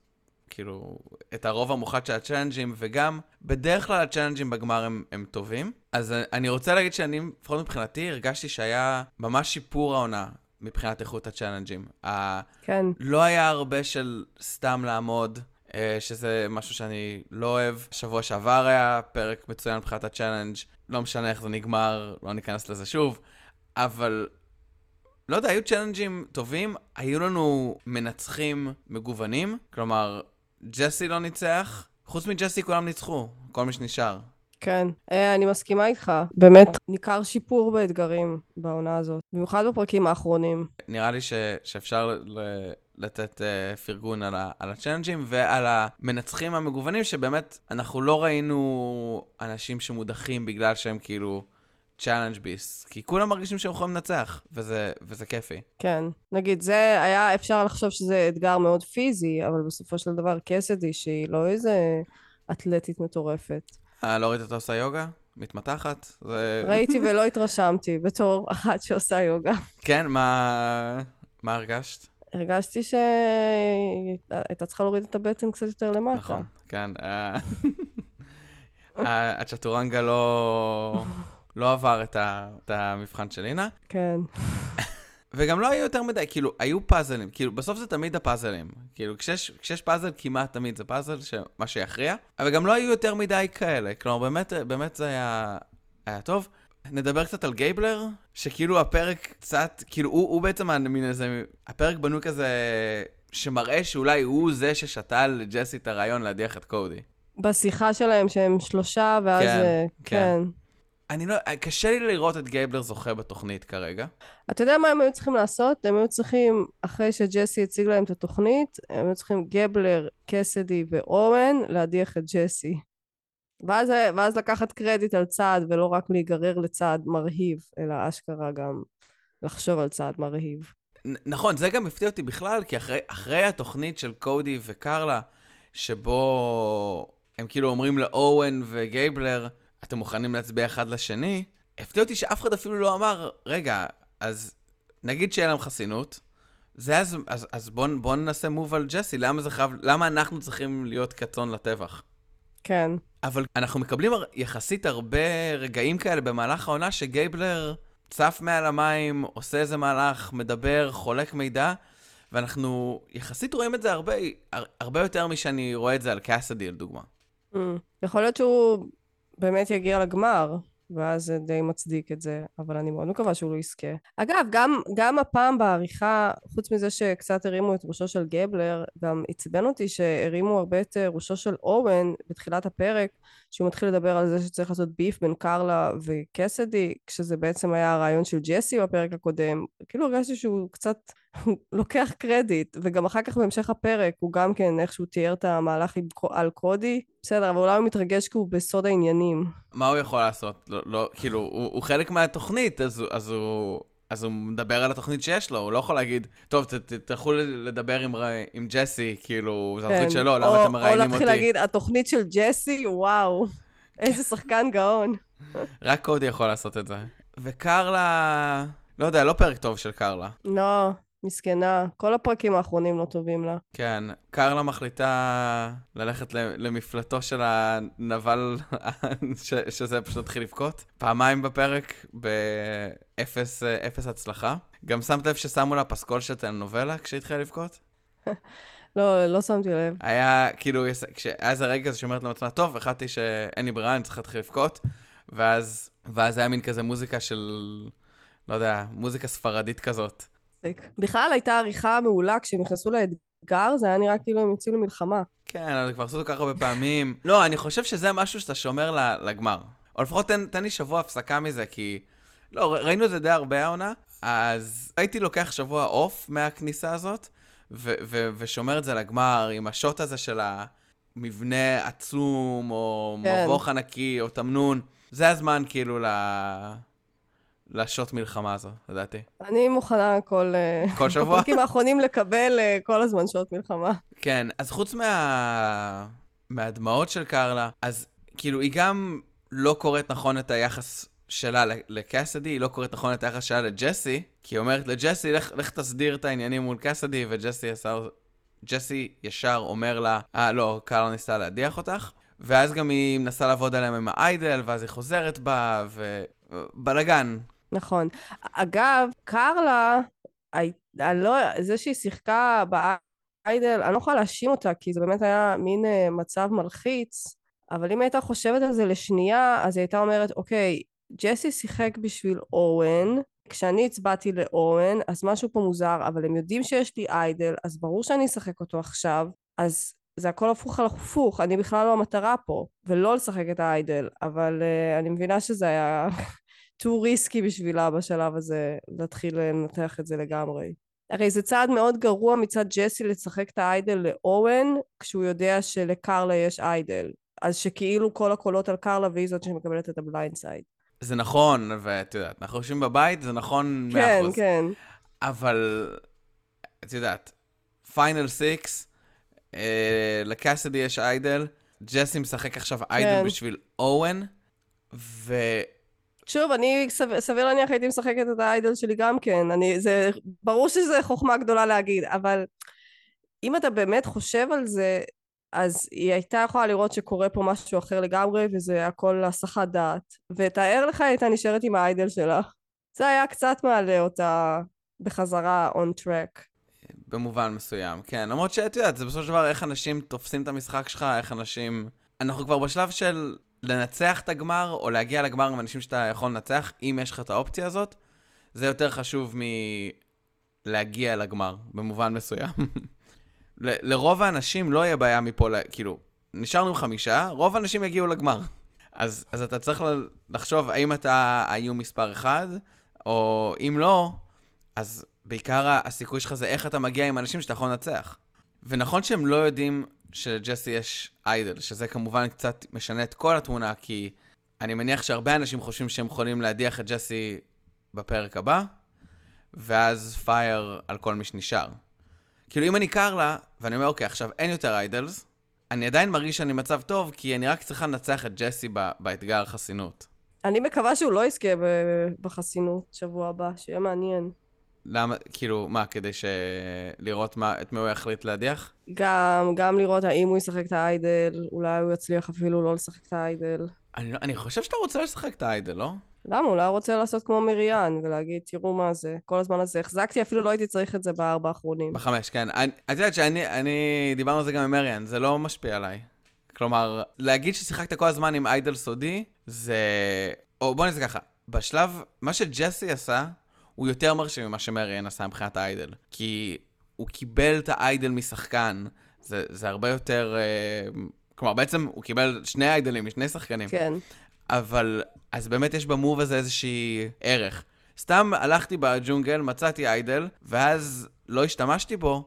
את הרוב המוחד של הצ'אלנג'ים, וגם בדרך כלל הצ'אלנג'ים בגמר הם טובים, אז אני רוצה להגיד שאני, לפחות מבחינתי, הרגשתי שהיה ממש שיפור העונה מבחינת איכות הצ'אלנג'ים. כן. לא היה הרבה של סתם לעמוד, שזה משהו שאני לא אוהב. שבוע שעבר היה פרק מצוין מבחינת הצ'אלנג', לא משנה איך זה נגמר, לא ניכנס לזה שוב, אבל לא יודע, היו צ'אלנג'ים טובים, היו לנו מנצחים מגוונים, כלומר, ג'סי לא ניצח, חוץ מג'סי כולם ניצחו, כל מי שנשאר. כן, אני מסכימה איתך, באמת ניכר שיפור באתגרים בעונה הזאת, במיוחד בפרקים האחרונים. נראה לי שאפשר לתת פרגון על הצ'אלנג'ים ועל המנצחים המגוונים, שבאמת אנחנו לא ראינו אנשים שמודחים בגלל שהם כאילו צ'אלנג' ביס, כי כולם מרגישים שהם יכולים לנצח, וזה כיפי. כן, נגיד, זה היה אפשר לחשוב שזה אתגר מאוד פיזי, אבל בסופו של דבר קסדי, שהיא לא איזה אתלטית מטורפת. לא ראית אותה עושה יוגה? מתמתחת? ראיתי ולא התרשמתי בתור אחת שעושה יוגה. כן, מה הרגשת? הרגשתי שהייתה צריכה להוריד את הבטן קצת יותר למטה. נכון, כן. הצ'טורנגה לא עבר את המבחן של לינה. כן. וגם לא היו יותר מדי, כאילו, היו פאזלים, כאילו, בסוף זה תמיד הפאזלים. כאילו, כשיש פאזל, כמעט תמיד זה פאזל, מה שיכריע. אבל גם לא היו יותר מדי כאלה. כלומר, באמת זה היה טוב. נדבר קצת על גייבלר, שכאילו הפרק קצת, כאילו, הוא בעצם מין איזה, הפרק בנוי כזה, שמראה שאולי הוא זה ששתל לג'סי את הרעיון להדיח את קודי. בשיחה שלהם שהם שלושה, ואז, כן, כן. כן. אני לא, קשה לי לראות את גייבלר זוכה בתוכנית כרגע. אתה יודע מה הם היו צריכים לעשות? הם היו צריכים, אחרי שג'סי הציג להם את התוכנית, הם היו צריכים גבלר, קסדי ואורן להדיח את ג'סי. ואז לקחת קרדיט על צעד, ולא רק להיגרר לצעד מרהיב, אלא אשכרה גם לחשוב על צעד מרהיב. נכון, זה גם הפתיע אותי בכלל, כי אחרי התוכנית של קודי וקרלה, שבו הם כאילו אומרים לאורן וגייבלר, אתם מוכנים להצביע אחד לשני, הפתיע אותי שאף אחד אפילו לא אמר, רגע, אז נגיד שאין להם חסינות, אז בוא ננסה מוב על ג'סי, למה אנחנו צריכים להיות כצאן לטבח? כן. אבל אנחנו מקבלים יחסית הרבה רגעים כאלה במהלך העונה שגייבלר צף מעל המים, עושה איזה מהלך, מדבר, חולק מידע, ואנחנו יחסית רואים את זה הרבה יותר משאני רואה את זה על קאסדי, לדוגמה. יכול להיות שהוא באמת יגיע לגמר, ואז זה די מצדיק את זה, אבל אני מאוד מקווה שהוא לא יזכה. אגב, גם הפעם בעריכה, חוץ מזה שקצת הרימו את ראשו של גבלר, גם עצבן אותי שהרימו הרבה את ראשו של אורן בתחילת הפרק, שהוא מתחיל לדבר על זה שצריך לעשות ביף בין קרלה וקסדי, כשזה בעצם היה הרעיון של ג'סי בפרק הקודם. כאילו הרגשתי שהוא קצת לוקח קרדיט, וגם אחר כך בהמשך הפרק הוא גם כן איכשהו תיאר את המהלך על קודי. בסדר, אבל אולי הוא מתרגש כי הוא בסוד העניינים. מה הוא יכול לעשות? לא, כאילו, הוא חלק מהתוכנית, אז הוא מדבר על התוכנית שיש לו, הוא לא יכול להגיד, טוב, תלכו לדבר עם ג'סי, כאילו, זה התוכנית שלו, למה אתם מראיינים אותי? או להתחיל להגיד, התוכנית של ג'סי, וואו, איזה שחקן גאון. רק קודי יכול לעשות את זה. וקרלה, לא יודע, לא פרק טוב של קרלה. לא, מסכנה, כל הפרקים האחרונים לא טובים לה. כן, קרלה מחליטה ללכת למפלטו של הנבל, שזה פשוט התחיל לבכות. פעמיים בפרק, באפס הצלחה. גם שמת לב ששמו לה פסקול של טלנובלה כשהתחילה לבכות? לא, לא שמתי לב. היה, כאילו, כשהיה איזה רגע הזה שאומרת לעצמה, טוב, החלטתי שאין לי ברירה, אני צריך להתחיל לבכות, ואז היה מין כזה מוזיקה של, לא יודע, מוזיקה ספרדית כזאת. בכלל הייתה עריכה מעולה כשהם נכנסו לאתגר, זה היה נראה כאילו הם יוצאים למלחמה. כן, אבל כבר עשו אותו ככה הרבה פעמים. לא, אני חושב שזה משהו שאתה שומר לגמר. או לפחות תן לי שבוע הפסקה מזה, כי... לא, ראינו את זה די הרבה העונה, אז הייתי לוקח שבוע אוף מהכניסה הזאת, ושומר את זה לגמר, עם השוט הזה של המבנה עצום, או כן. מבוך ענקי, או תמנון. זה הזמן כאילו לשוט מלחמה הזו, לדעתי. אני מוכנה כל שבוע? בפרקים האחרונים לקבל כל הזמן שעות מלחמה. כן, אז חוץ מהדמעות של קרלה, אז כאילו היא גם לא קוראת נכון את היחס שלה לקסדי, היא לא קוראת נכון את היחס שלה לג'סי, כי היא אומרת לג'סי, לך תסדיר את העניינים מול קסדי, וג'סי ישר אומר לה, לא, קרלה ניסתה להדיח אותך, ואז גם היא מנסה לעבוד עליהם עם האיידל, ואז היא חוזרת בה, ובלגן. נכון. אגב, קרלה, זה שהיא שיחקה באיידל, אני לא יכולה להאשים אותה, כי זה באמת היה מין מצב מלחיץ, אבל אם הייתה חושבת על זה לשנייה, אז היא הייתה אומרת, אוקיי, ג'סי שיחק בשביל אורן, כשאני הצבעתי לאורן, אז משהו פה מוזר, אבל הם יודעים שיש לי איידל, אז ברור שאני אשחק אותו עכשיו, אז זה הכל הפוך על הפוך, אני בכלל לא המטרה פה, ולא לשחק את האיידל, אבל אני מבינה שזה היה too risky בשבילה בשלב הזה, להתחיל לנתח את זה לגמרי. הרי זה צעד מאוד גרוע מצד ג'סי לשחק את האיידל לאורן, כשהוא יודע שלקרלה יש איידל. אז שכאילו כל הקולות על קרלה והיא זאת שמקבלת את הבליינד סייד. זה נכון, ואת יודעת, אנחנו יושבים בבית, זה נכון 100%. כן, כן. אבל, את יודעת, פיינל 6, לקאסדי יש איידל, ג'סי משחק עכשיו איידל בשביל אורן, שוב, אני סביר להניח הייתי משחקת את האיידל שלי גם כן. ברור שזה חוכמה גדולה להגיד, אבל אם אתה באמת חושב על זה, אז היא הייתה יכולה לראות שקורה פה משהו אחר לגמרי, וזה הכל הסחת דעת. ותאר לך, הייתה נשארת עם האיידל שלה. זה היה קצת מעלה אותה בחזרה on track. במובן מסוים, כן. למרות שאת יודעת, זה בסופו של דבר איך אנשים תופסים את המשחק שלך, איך אנשים... אנחנו כבר בשלב של לנצח את הגמר, או להגיע לגמר עם אנשים שאתה יכול לנצח, אם יש לך את האופציה הזאת, זה יותר חשוב מלהגיע לגמר, במובן מסוים. לרוב האנשים לא יהיה בעיה מפה, כאילו, נשארנו עם 5, רוב האנשים יגיעו לגמר. אז אתה צריך לחשוב האם אתה האיום מספר 1, או אם לא, אז בעיקר הסיכוי שלך זה איך אתה מגיע עם אנשים שאתה יכול לנצח. ונכון שהם לא יודעים שלג'סי יש איידל, שזה כמובן קצת משנה את כל התמונה, כי אני מניח שהרבה אנשים חושבים שהם יכולים להדיח את ג'סי בפרק הבא, ואז פייר על כל מי שנשאר. כאילו אם אני קר לה, ואני אומר, אוקיי, עכשיו אין יותר איידלס, אני עדיין מרגיש שאני מצב טוב, כי אני רק צריכה לנצח את ג'סי באתגר החסינות. אני מקווה שהוא לא יזכה בחסינות שבוע הבא, שיהיה מעניין. למה, כאילו, מה, כדי לראות את מי הוא יחליט להדיח? גם לראות האם הוא ישחק את האיידל, אולי הוא יצליח אפילו לא לשחק את האיידל. אני חושב שאתה רוצה לשחק את האיידל, לא? למה? אולי הוא רוצה לעשות כמו מריאן, ולהגיד, תראו מה זה, כל הזמן הזה. החזקתי, אפילו לא הייתי צריך את זה ב4 האחרונים. ב5, כן. את יודעת שאני דיברנו על זה גם עם מריאן, זה לא משפיע עליי. כלומר, להגיד ששיחקת כל הזמן עם איידל סודי, זה... או בוא נעשה ככה, בשלב, מה שג'סי עשה, הוא יותר מרשים ממה שמריאן עשה מבחינת האיידל. כי הוא קיבל את האיידל משחקן, זה הרבה יותר... כלומר, בעצם הוא קיבל 2 איידלים משני שחקנים. כן. אבל, אז באמת יש במוב הזה איזושהי ערך. סתם הלכתי בג'ונגל, מצאתי איידל, ואז לא השתמשתי בו,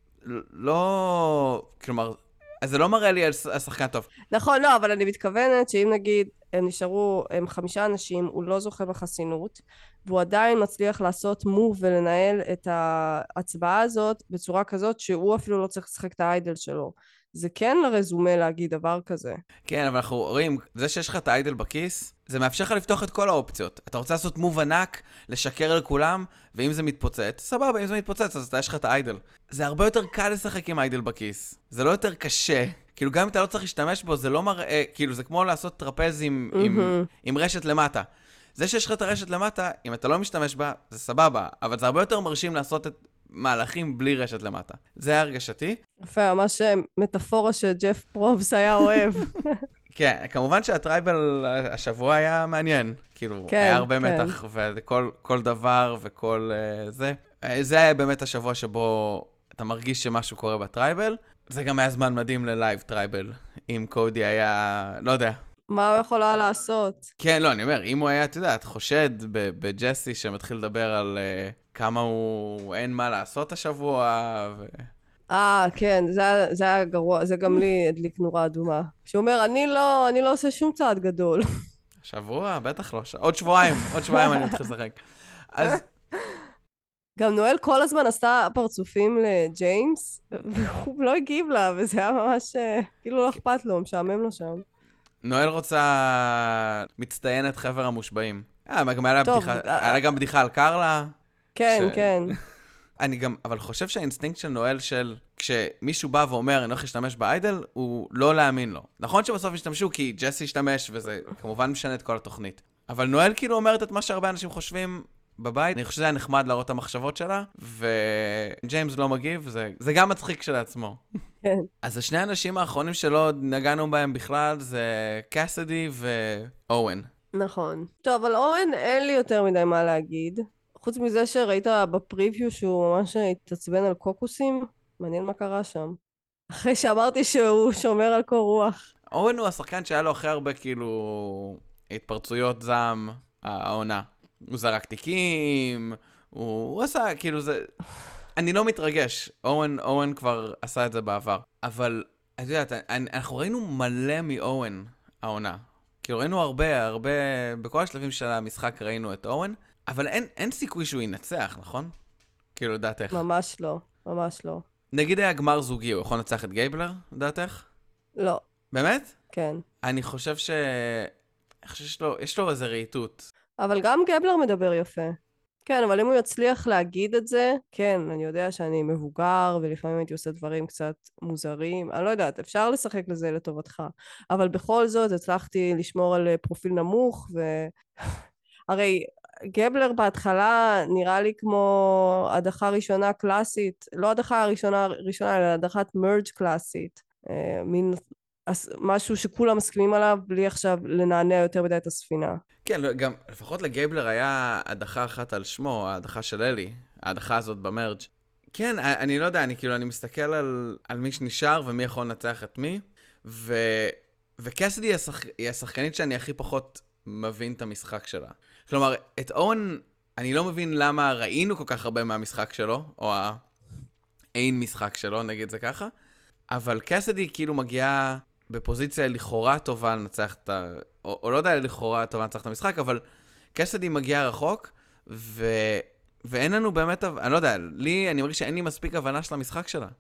לא... כלומר, אז זה לא מראה לי על השחקן טוב. נכון, לא, אבל אני מתכוונת שאם נגיד הם נשארו, הם 5 אנשים, הוא לא זוכה בחסינות, והוא עדיין מצליח לעשות מוב ולנהל את ההצבעה הזאת בצורה כזאת שהוא אפילו לא צריך לשחק את האיידל שלו. זה כן לרזומה להגיד דבר כזה. כן, אבל אנחנו רואים, זה שיש לך את האיידל בכיס, זה מאפשר לך לפתוח את כל האופציות. אתה רוצה לעשות מוב ענק, לשקר לכולם, ואם זה מתפוצץ, סבבה, אם זה מתפוצץ, אז יש לך את האיידל. זה הרבה יותר קל לשחק עם איידל בכיס. זה לא יותר קשה. כאילו, גם אם אתה לא צריך להשתמש בו, זה לא מראה, כאילו, זה כמו לעשות טרפז עם רשת למטה. זה שיש לך את הרשת למטה, אם אתה לא משתמש בה, זה סבבה, אבל זה הרבה יותר מרשים לעשות את מהלכים בלי רשת למטה. זה הרגשתי. יפה, ממש מטאפורה שג'ף פרובס היה אוהב. כן, כמובן שהטרייבל השבוע היה מעניין. כאילו, כן, היה הרבה כן. מתח, וכל דבר וכל זה. זה היה באמת השבוע שבו אתה מרגיש שמשהו קורה בטרייבל. זה גם היה זמן מדהים ללייב טרייבל. אם קודי היה, לא יודע. מה הוא יכול היה לעשות? כן, לא, אני אומר, אם הוא היה, אתה יודע, חושד בג'סי שמתחיל לדבר על כמה הוא אין מה לעשות השבוע, כן, זה היה גרוע, זה גם לי הדליק נורה אדומה. שהוא אומר, אני לא עושה שום צעד גדול. שבוע? בטח לא. עוד שבועיים אני מתחיל לשחק. אז... גם נואל כל הזמן עשתה פרצופים לג'יימס, והוא לא הגיב לה, וזה היה ממש, כאילו לא אכפת לו, משעמם לו שם. נואל רוצה מצטיינת חבר המושבעים. גם היה גם בדיחה על קרלה. כן, כן. אני גם, אבל חושב שהאינסטינקט של נואל של כשמישהו בא ואומר, אני הולך להשתמש באיידל, הוא לא להאמין לו. נכון שבסוף השתמשו כי ג'סי השתמש, וזה כמובן משנה את כל התוכנית. אבל נואל כאילו אומרת את מה שהרבה אנשים חושבים בבית. אני חושב שזה היה נחמד להראות את המחשבות שלה, וג'יימס לא מגיב, זה גם מצחיק שלעצמו. כן. אז השני האנשים האחרונים שלא נגענו בהם בכלל, זה קאסדי ואוון. נכון. טוב, אבל אורן, אין לי יותר מדי מה להגיד. חוץ מזה שראית בפריוויו שהוא ממש התעצבן על קוקוסים, מעניין מה קרה שם. אחרי שאמרתי שהוא שומר על קור רוח. אוון הוא השחקן שהיה לו הכי הרבה כאילו התפרצויות זעם העונה. הוא זרק תיקים, הוא עשה כאילו זה... אני לא מתרגש, אוון כבר עשה את זה בעבר. אבל, את יודעת, אנחנו ראינו מלא מאוון העונה. כאילו ראינו הרבה, בכל השלבים של המשחק ראינו את אוון, אבל אין סיכוי שהוא ינצח, נכון? כאילו, לדעתך. ממש לא, ממש לא. נגיד היה גמר זוגי, הוא יכול לנצח את גייבלר, לדעתך? לא. באמת? כן. אני חושב יש לו איזה רהיטות. אבל גם גבלר מדבר יפה. כן, אבל אם הוא יצליח להגיד את זה, כן, אני יודע שאני מבוגר, ולפעמים הייתי עושה דברים קצת מוזרים, אני לא יודעת, אפשר לשחק לזה לטובתך. אבל בכל זאת, הצלחתי לשמור על פרופיל נמוך, הרי גבלר בהתחלה נראה לי כמו הדחה ראשונה קלאסית, לא הדחה ראשונה, אלא הדחת מרג' קלאסית. מין משהו שכולם מסכימים עליו, בלי עכשיו לנענע יותר מדי את הספינה. כן, גם לפחות לגייבלר היה הדחה אחת על שמו, ההדחה של אלי, ההדחה הזאת במרג'. כן, אני לא יודע, אני מסתכל על מי שנשאר ומי יכול לנצח את מי, ו... וקסידי היא השחקנית שאני הכי פחות מבין את המשחק שלה. כלומר, את אורן, אני לא מבין למה ראינו כל כך הרבה מהמשחק שלו, או האין משחק שלו, נגיד זה ככה, אבל קסידי כאילו מגיעה בפוזיציה לכאורה טובה לנצח את או לא יודע לכאורה טובה לנצח את המשחק, אבל קסידי מגיעה רחוק, ואין לנו באמת, אני לא יודע, אני מרגיש שאין לי מספיק הבנה של המשחק שלה.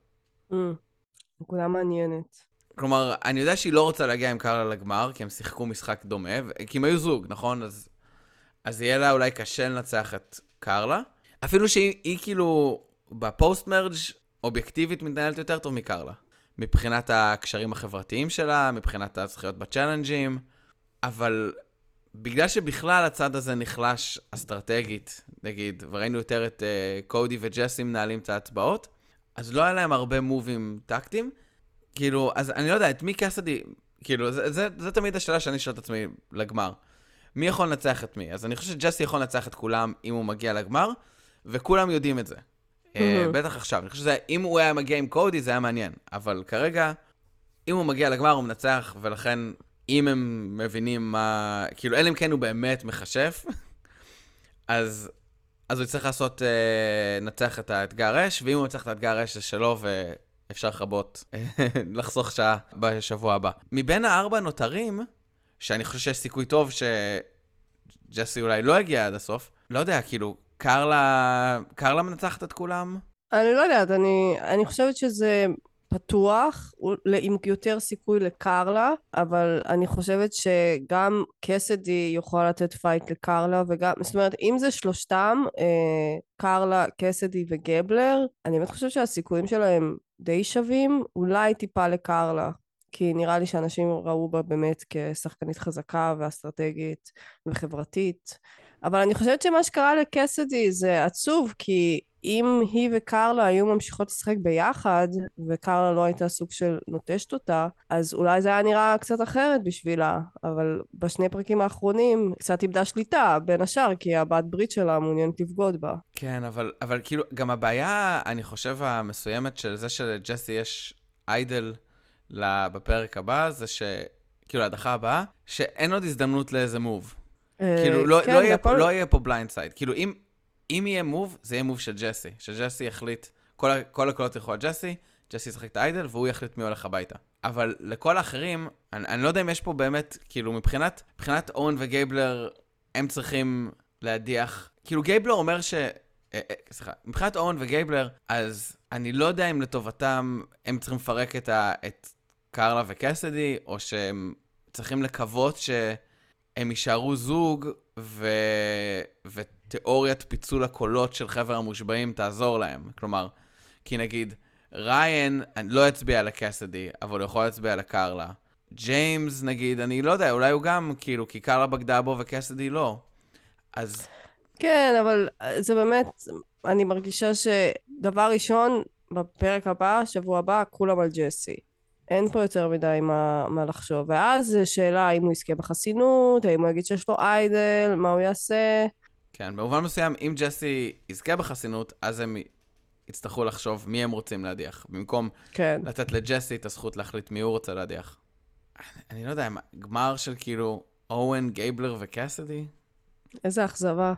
נקודה מעניינת. כלומר, אני יודע שהיא לא רוצה להגיע עם קרלה לגמר, כי הם שיחקו משחק דומה, כי הם היו זוג, נכון? אז יהיה לה אולי קשה לנצח את קרלה. אפילו שהיא כאילו בפוסט-מרג' אובייקטיבית מתנהלת יותר טוב מקרלה. מבחינת הקשרים החברתיים שלה, מבחינת הזכיות בצ'אלנג'ים, אבל בגלל שבכלל הצד הזה נחלש אסטרטגית, נגיד, וראינו יותר את קודי וג'סי מנהלים את ההצבעות, אז לא היה להם הרבה מובים טקטיים, כאילו, אז אני לא יודע, את מי קסידי, כאילו, זה תמיד השאלה שאני שואל את עצמי לגמר. מי יכול לנצח את מי? אז אני חושב שג'סי יכול לנצח את כולם אם הוא מגיע לגמר, וכולם יודעים את זה. בטח עכשיו. אני חושב שאם הוא היה מגיע עם קודי, זה היה מעניין. אבל כרגע, אם הוא מגיע לגמר, הוא מנצח, ולכן, אם הם מבינים מה... כאילו, אלא אם כן הוא באמת מחשף, אז הוא יצטרך לעשות, נצח את האתגר אש, ואם הוא נצח את האתגר אש, זה שלו, אפשר לחבות, לחסוך שעה בשבוע הבא. מבין 4 נותרים, שאני חושב שיש סיכוי טוב שג'סי אולי לא הגיע עד הסוף, לא יודע, כאילו, קרלה מנצחת את כולם? אני לא יודעת, אני חושבת שזה פתוח, עם יותר סיכוי לקרלה, אבל אני חושבת שגם קסידי יכולה לתת פייט לקרלה, וגם, זאת אומרת, אם זה שלושתם, קרלה, קסידי וגבלר, אני באמת חושבת שהסיכויים שלהם די שווים, אולי טיפה לקרלה, כי נראה לי שאנשים ראו בה באמת כשחקנית חזקה ואסטרטגית וחברתית, אבל אני חושבת שמה שקרה לקסידי זה עצוב, כי אם היא וקרלה היו ממשיכות לשחק ביחד, וקרלה לא הייתה סוג של נוטשת אותה, אז אולי זה היה נראה קצת אחרת בשבילה, אבל בשני פרקים האחרונים קצת איבדה שליטה, בין השאר, כי הבת ברית שלה מעוניינת לבגוד בה. כן, אבל כאילו, גם הבעיה, אני חושב, המסוימת של זה שלג'סי יש איידל בפרק הבא, זה שכאילו, ההדחה הבאה, שאין עוד הזדמנות לאיזה מוב. כאילו, לא יהיה פה בליינד סייד. כאילו, אם יהיה מוב, זה יהיה מוב של ג'סי. שג'סי יחליט, כל הקולות ילכו על ג'סי, ג'סי ישחק את האיידל, והוא יחליט מי הולך הביתה. אבל לכל האחרים, אני לא יודע אם יש פה באמת, כאילו, מבחינת אורן וגייבלר, הם צריכים להדיח. כאילו, גייבלר אומר סליחה, מבחינת אורן וגייבלר, אז אני לא יודע אם לטובתם הם צריכים לפרק את קרלה וקסידי, או שהם צריכים לקוות שהם יישארו זוג, ותיאוריית פיצול הקולות של חבר המושבעים תעזור להם. כלומר, כי נגיד, ריין לא יצביע לקסידי, אבל הוא יכול להצביע לקרלה. ג'יימס, נגיד, אני לא יודע, אולי הוא גם, כאילו, כי קרלה בגדה בו וקסידי לא. אז... כן, אבל זה באמת, אני מרגישה שדבר ראשון, בפרק הבא, שבוע הבא, כולם על ג'סי. אין פה יותר מדי מה לחשוב. ואז זה שאלה האם הוא יזכה בחסינות, האם הוא יגיד שיש לו איידל, מה הוא יעשה. כן, במובן מסוים, אם ג'סי יזכה בחסינות, אז הם יצטרכו לחשוב מי הם רוצים להדיח. במקום לתת לג'סי את הזכות להחליט מי הוא רוצה להדיח. אני לא יודע, גמר של כאילו אוהן, גייבלר וקסידי? איזה אכזבה.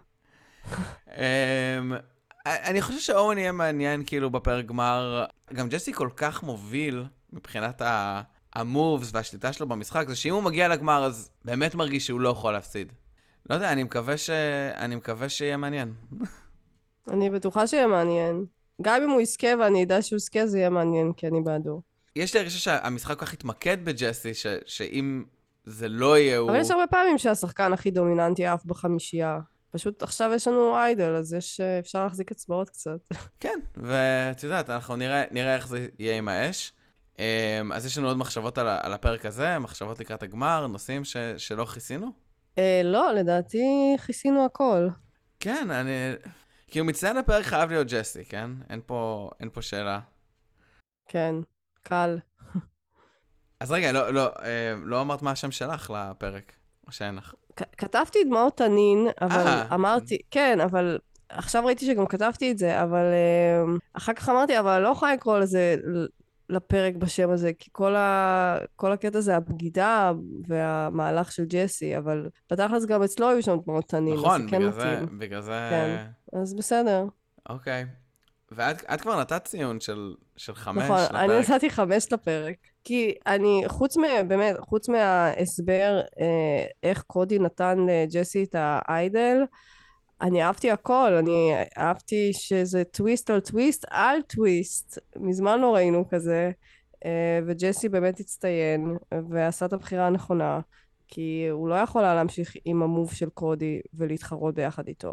אני חושב שאוהן יהיה מעניין כאילו בפרק גמר. גם ג'סי כל כך מוביל מבחינת המובס והשליטה שלו במשחק, זה שאם הוא מגיע לגמר אז באמת מרגיש שהוא לא יכול להפסיד. לא יודע, אני מקווה שיהיה מעניין. אני בטוחה שיהיה מעניין. גם אם הוא יזכה ואני אדע שהוא יזכה, זה יהיה מעניין, כי אני בעדו. יש לי הרגשה שהמשחק כל כך התמקד בג'סי, שאם זה לא יהיה הוא... אבל יש הרבה פעמים שהשחקן הכי דומיננטי אף בחמישייה. פשוט עכשיו יש לנו איידל, אז אפשר להחזיק אצבעות קצת. כן, ואת יודעת, אנחנו נראה איך זה יהיה עם האש. אז יש לנו עוד מחשבות על הפרק הזה, מחשבות לקראת הגמר, נושאים שלא כיסינו? לא, לדעתי כיסינו הכל. כן, כאילו מצטיין הפרק חייב להיות ג'סי, כן? אין פה שאלה. כן, קל. אז רגע, לא אמרת מה השם שלך לפרק, או שאין לך? כתבתי דמעות תנין, אבל אמרתי, כן, אבל עכשיו ראיתי שגם כתבתי את זה, אבל אחר כך אמרתי, אבל לא יכולה לקרוא לזה לפרק בשם הזה, כי כל הקטע זה הבגידה והמהלך של ג'סי, אבל בתכלס גם אצלו היו שם דמעות תנין, אז זה נכון, כן מתאים. בגלל זה... כן, אז בסדר. אוקיי. ואת כבר נתת ציון של 5 נכון, אני לפרק. נתתי 5 לפרק. כי אני, באמת, חוץ מההסבר איך קודי נתן לג'סי את האיידל, אני אהבתי הכל, אני אהבתי שזה טוויסט על טוויסט על טוויסט. מזמן לא ראינו כזה, וג'סי באמת הצטיין, ועשה את הבחירה הנכונה, כי הוא לא יכול היה להמשיך עם המוב של קודי ולהתחרות ביחד איתו.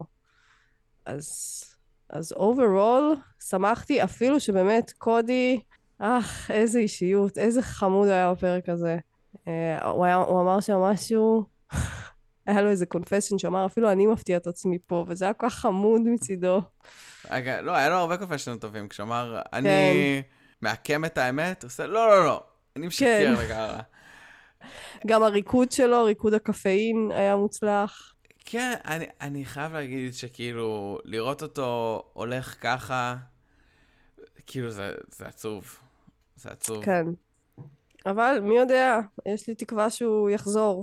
אז overall, שמחתי אפילו שבאמת קודי, איזה אישיות, איזה חמוד היה בפרק הזה. הוא אמר שם משהו, היה לו איזה קונפשן שאמר, אפילו אני מפתיע את עצמי פה, וזה היה כל כך חמוד מצידו. רגע, לא, היה לו הרבה קונפשנים טובים, כשאמר, אני כן. מעקם את האמת, הוא עושה, לא, לא, לא, אני משקר לגמרי. גם הריקוד שלו, ריקוד הקפאין, היה מוצלח. כן, אני חייב להגיד שכאילו, לראות אותו הולך ככה, כאילו זה עצוב. זה עצוב. כן. אבל מי יודע, יש לי תקווה שהוא יחזור.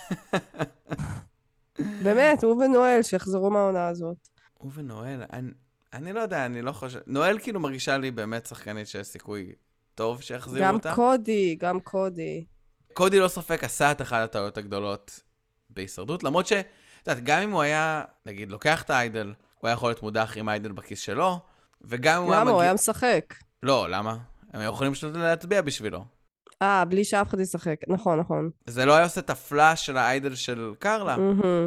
באמת, הוא ונואל שיחזרו מהעונה הזאת. הוא ונואל, אני לא יודע, אני לא חושב... נואל כאילו מרגישה לי באמת שחקנית שיש סיכוי טוב שיחזירו אותה. גם קודי. קודי לא ספק עשה את אחת הטעויות הגדולות בהישרדות, למרות ש... את יודעת, גם אם הוא היה, נגיד, לוקח את האיידל, הוא היה יכול להיות מודח עם האיידל בכיס שלו, וגם אם הוא היה למה? הוא היה משחק. לא, למה? הם יכולים פשוט להצביע בשבילו. בלי שאף אחד ישחק. נכון. זה לא היה עושה את הפלאש של האיידל של קרלה.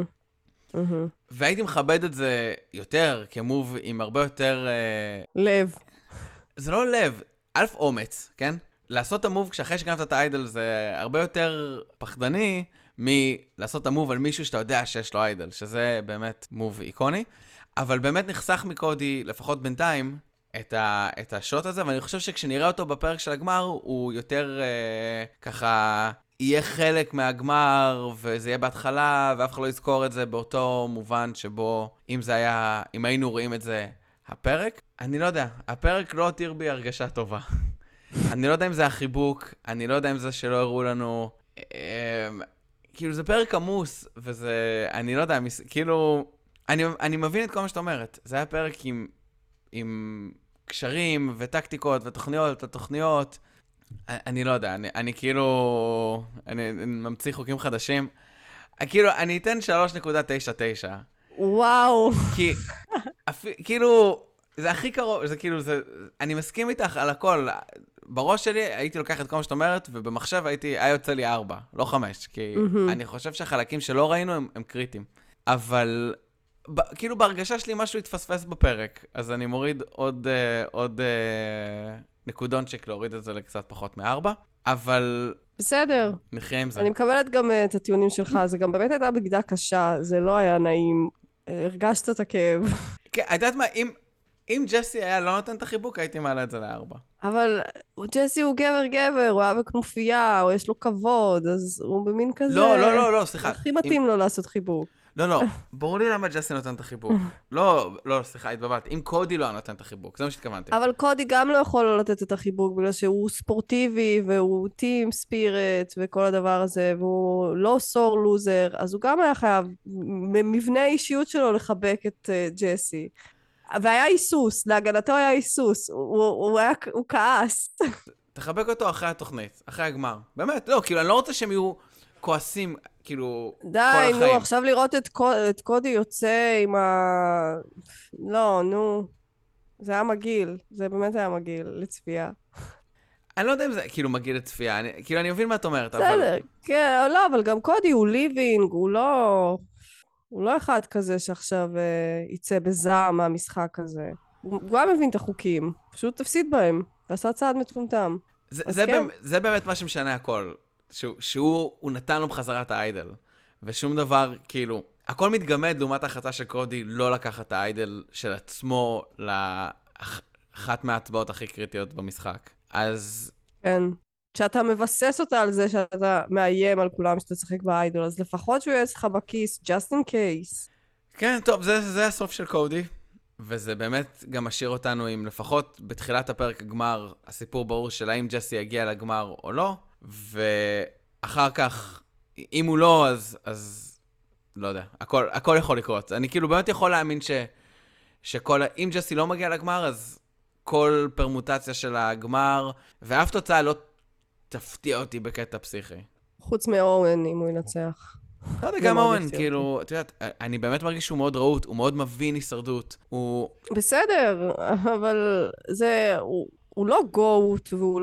והייתי מכבד את זה יותר, כמוב עם הרבה יותר... לב. זה לא לב, א' אומץ, כן? לעשות את המוב כשאחרי שגנבת את האיידל זה הרבה יותר פחדני מלעשות את המוב על מישהו שאתה יודע שיש לו איידל, שזה באמת מוב איקוני. אבל באמת נחסך מקודי, לפחות בינתיים, את השוט הזה, ואני חושב שכשנראה אותו בפרק של הגמר, הוא יותר ככה יהיה חלק מהגמר, וזה יהיה בהתחלה, ואף אחד לא יזכור את זה באותו מובן שבו, אם היינו רואים את זה, הפרק. אני לא יודע, הפרק לא הותיר בי הרגשה טובה. אני לא יודע אם זה החיבוק, אני לא יודע אם זה שלא הראו לנו, כאילו זה פרק עמוס, וזה, אני לא יודע, כאילו, אני מבין את כל מה שאת אומרת. זה היה פרק עם קשרים וטקטיקות ותוכניות, אני לא יודע, אני כאילו, אני ממציא חוקים חדשים. כאילו, אני אתן 3.99. וואו. כי, כאילו, זה הכי קרוב, זה כאילו, אני מסכים איתך על הכל. בראש שלי הייתי לוקח את כל מה שאת אומרת, ובמחשב היה יוצא לי 4, לא 5, כי אני חושב שהחלקים שלא ראינו הם קריטיים. אבל, כאילו, בהרגשה שלי משהו התפספס בפרק, אז אני מוריד עוד נקודונצ'ק להוריד את זה לקצת פחות מ4, אבל... בסדר. נחיה עם זה. אני מקבלת גם את הטיעונים שלך, זה גם באמת הייתה בגידה קשה, זה לא היה נעים, הרגשת את הכאב. כן, את יודעת מה, אם ג'סי היה לא נותן את החיבוק, הייתי מעלה את זה ל4. אבל ג'סי הוא גבר, הוא היה בכנופיה, הוא יש לו כבוד, אז הוא במין כזה... לא, סליחה. הכי מתאים לו לעשות חיבוק. לא, ברור לי למה ג'סי נותן את החיבוק. לא, סליחה, התבלבלת. אם קודי לא נותן את החיבוק, זה מה שהתכוונתי. אבל קודי גם לא יכול לא לתת את החיבוק, בגלל שהוא ספורטיבי, והוא טים ספירט, וכל הדבר הזה, והוא לא סור לוזר, אז הוא גם היה חייב, מבנה האישיות שלו, לחבק את ג'סי. והיה היסוס, להגנתו היה היסוס, הוא כעס. תחבק אותו אחרי התוכנית, אחרי הגמר. באמת, לא, כאילו, אני לא רוצה שהם יהיו כועסים, כאילו, די, כל החיים. נו, עכשיו לראות את קודי יוצא עם לא, נו. זה היה מגעיל, זה באמת היה מגעיל לצפייה. אני לא יודע אם זה כאילו מגעיל לצפייה, כאילו, אני מבין מה את אומרת, אבל... בסדר, כן, לא, אבל גם קודי הוא ליבינג, הוא לא אחד כזה שעכשיו יצא בזעם מהמשחק הזה. הוא גם מבין את החוקים, פשוט תפסיד בהם, ועשה צעד מטומטם. זה באמת מה שמשנה הכל, שהוא נתן לו בחזרה את האיידל, ושום דבר, כאילו, הכל מתגמד לעומת ההחלטה של קודי לא לקחת את האיידל של עצמו לאחת מההצבעות הכי קריטיות במשחק. אז... כן. כשאתה מבסס אותה על זה שאתה מאיים על כולם שאתה צחק באיידול, אז לפחות שהוא יהיה לך בכיס, just in case. כן, טוב, זה הסוף של קודי. וזה באמת גם משאיר אותנו עם לפחות בתחילת הפרק הגמר, הסיפור ברור של האם ג'סי יגיע לגמר או לא, ואחר כך, אם הוא לא, אז לא יודע, הכל יכול לקרות. אני כאילו באמת יכול להאמין אם ג'סי לא מגיע לגמר, אז כל פרמוטציה של הגמר, ואף תוצאה לא תפתיע אותי בקטע פסיכי. חוץ מאורן, אם הוא ינצח. לא יודע, גם אורן, כאילו, את יודעת, אני באמת מרגיש שהוא מאוד רהוט, הוא מאוד מבין הישרדות, הוא... בסדר, אבל הוא לא גוט, והוא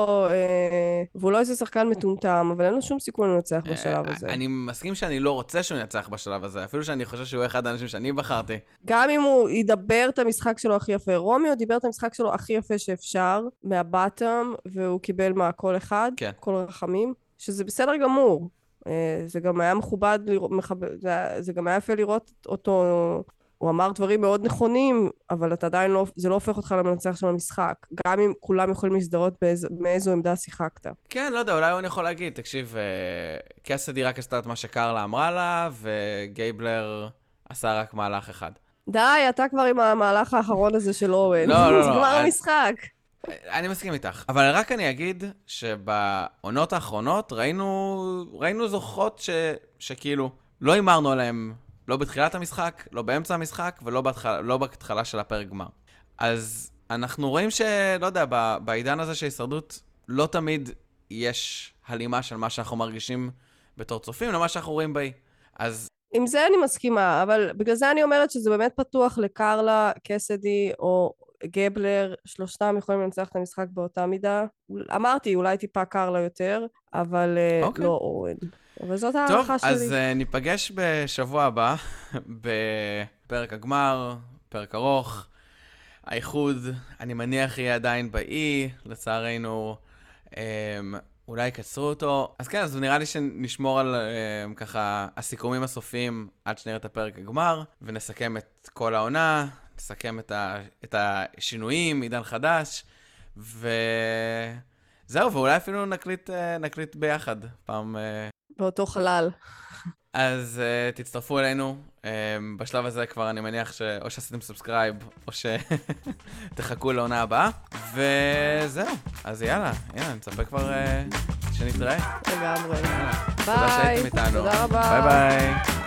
לא איזה שחקן מטומטם, אבל אין לו שום סיכוי לנצח בשלב הזה. אני מסכים שאני לא רוצה שהוא ינצח בשלב הזה, אפילו שאני חושב שהוא אחד האנשים שאני בחרתי. גם אם הוא ידבר את המשחק שלו הכי יפה. רומיו דיבר את המשחק שלו הכי יפה שאפשר, מהבטם, והוא קיבל מהכל אחד, כן. כל הרחמים, שזה בסדר גמור. זה גם היה מכובד, זה גם היה יפה לראות אותו, הוא אמר דברים מאוד נכונים, אבל אתה עדיין לא, זה לא הופך אותך למנצח של המשחק, גם אם כולם יכולים להזדהות מאיזו עמדה שיחקת. כן, לא יודע, אולי הוא יכול להגיד, תקשיב, קסדי רק עשתה את מה שקרלה אמרה לה, וגייבלר עשה רק מהלך אחד. די, אתה כבר עם המהלך האחרון הזה של אורן. לא. זה כבר המשחק. אני מסכים איתך, אבל רק אני אגיד שבעונות האחרונות ראינו זוכות שכאילו לא הימרנו עליהם, לא בתחילת המשחק, לא באמצע המשחק, ולא בהתחלה של הפרק גמר. אז אנחנו רואים שלא יודע, בעידן הזה של הישרדות, לא תמיד יש הלימה של מה שאנחנו מרגישים בתור צופים, למה שאנחנו רואים באי. אז... עם זה אני מסכימה, אבל בגלל זה אני אומרת שזה באמת פתוח לקרלה, קסדי או גבלר, שלושתם יכולים לנצח את המשחק באותה מידה. אמרתי, אולי טיפה קרלה יותר, אבל לא אורן. אבל זאת הערכה שלי. טוב, אז ניפגש בשבוע הבא, בפרק הגמר, פרק ארוך. האיחוד, אני מניח, יהיה עדיין באי, לצערנו, אולי יקצרו אותו. אז כן, אז נראה לי שנשמור על ככה הסיכומים הסופיים עד שנראה את הפרק הגמר, ונסכם את כל העונה, נסכם את השינויים, עידן חדש, וזהו, ואולי אפילו נקליט ביחד פעם... באותו חלל. אז תצטרפו אלינו, בשלב הזה כבר אני מניח או שעשיתם סאבסקרייב, או שתחכו לעונה הבאה, וזהו, אז יאללה, אני מצפה כבר שנתראה. לגמרי. תודה שהייתם איתנו. תודה רבה. ביי ביי.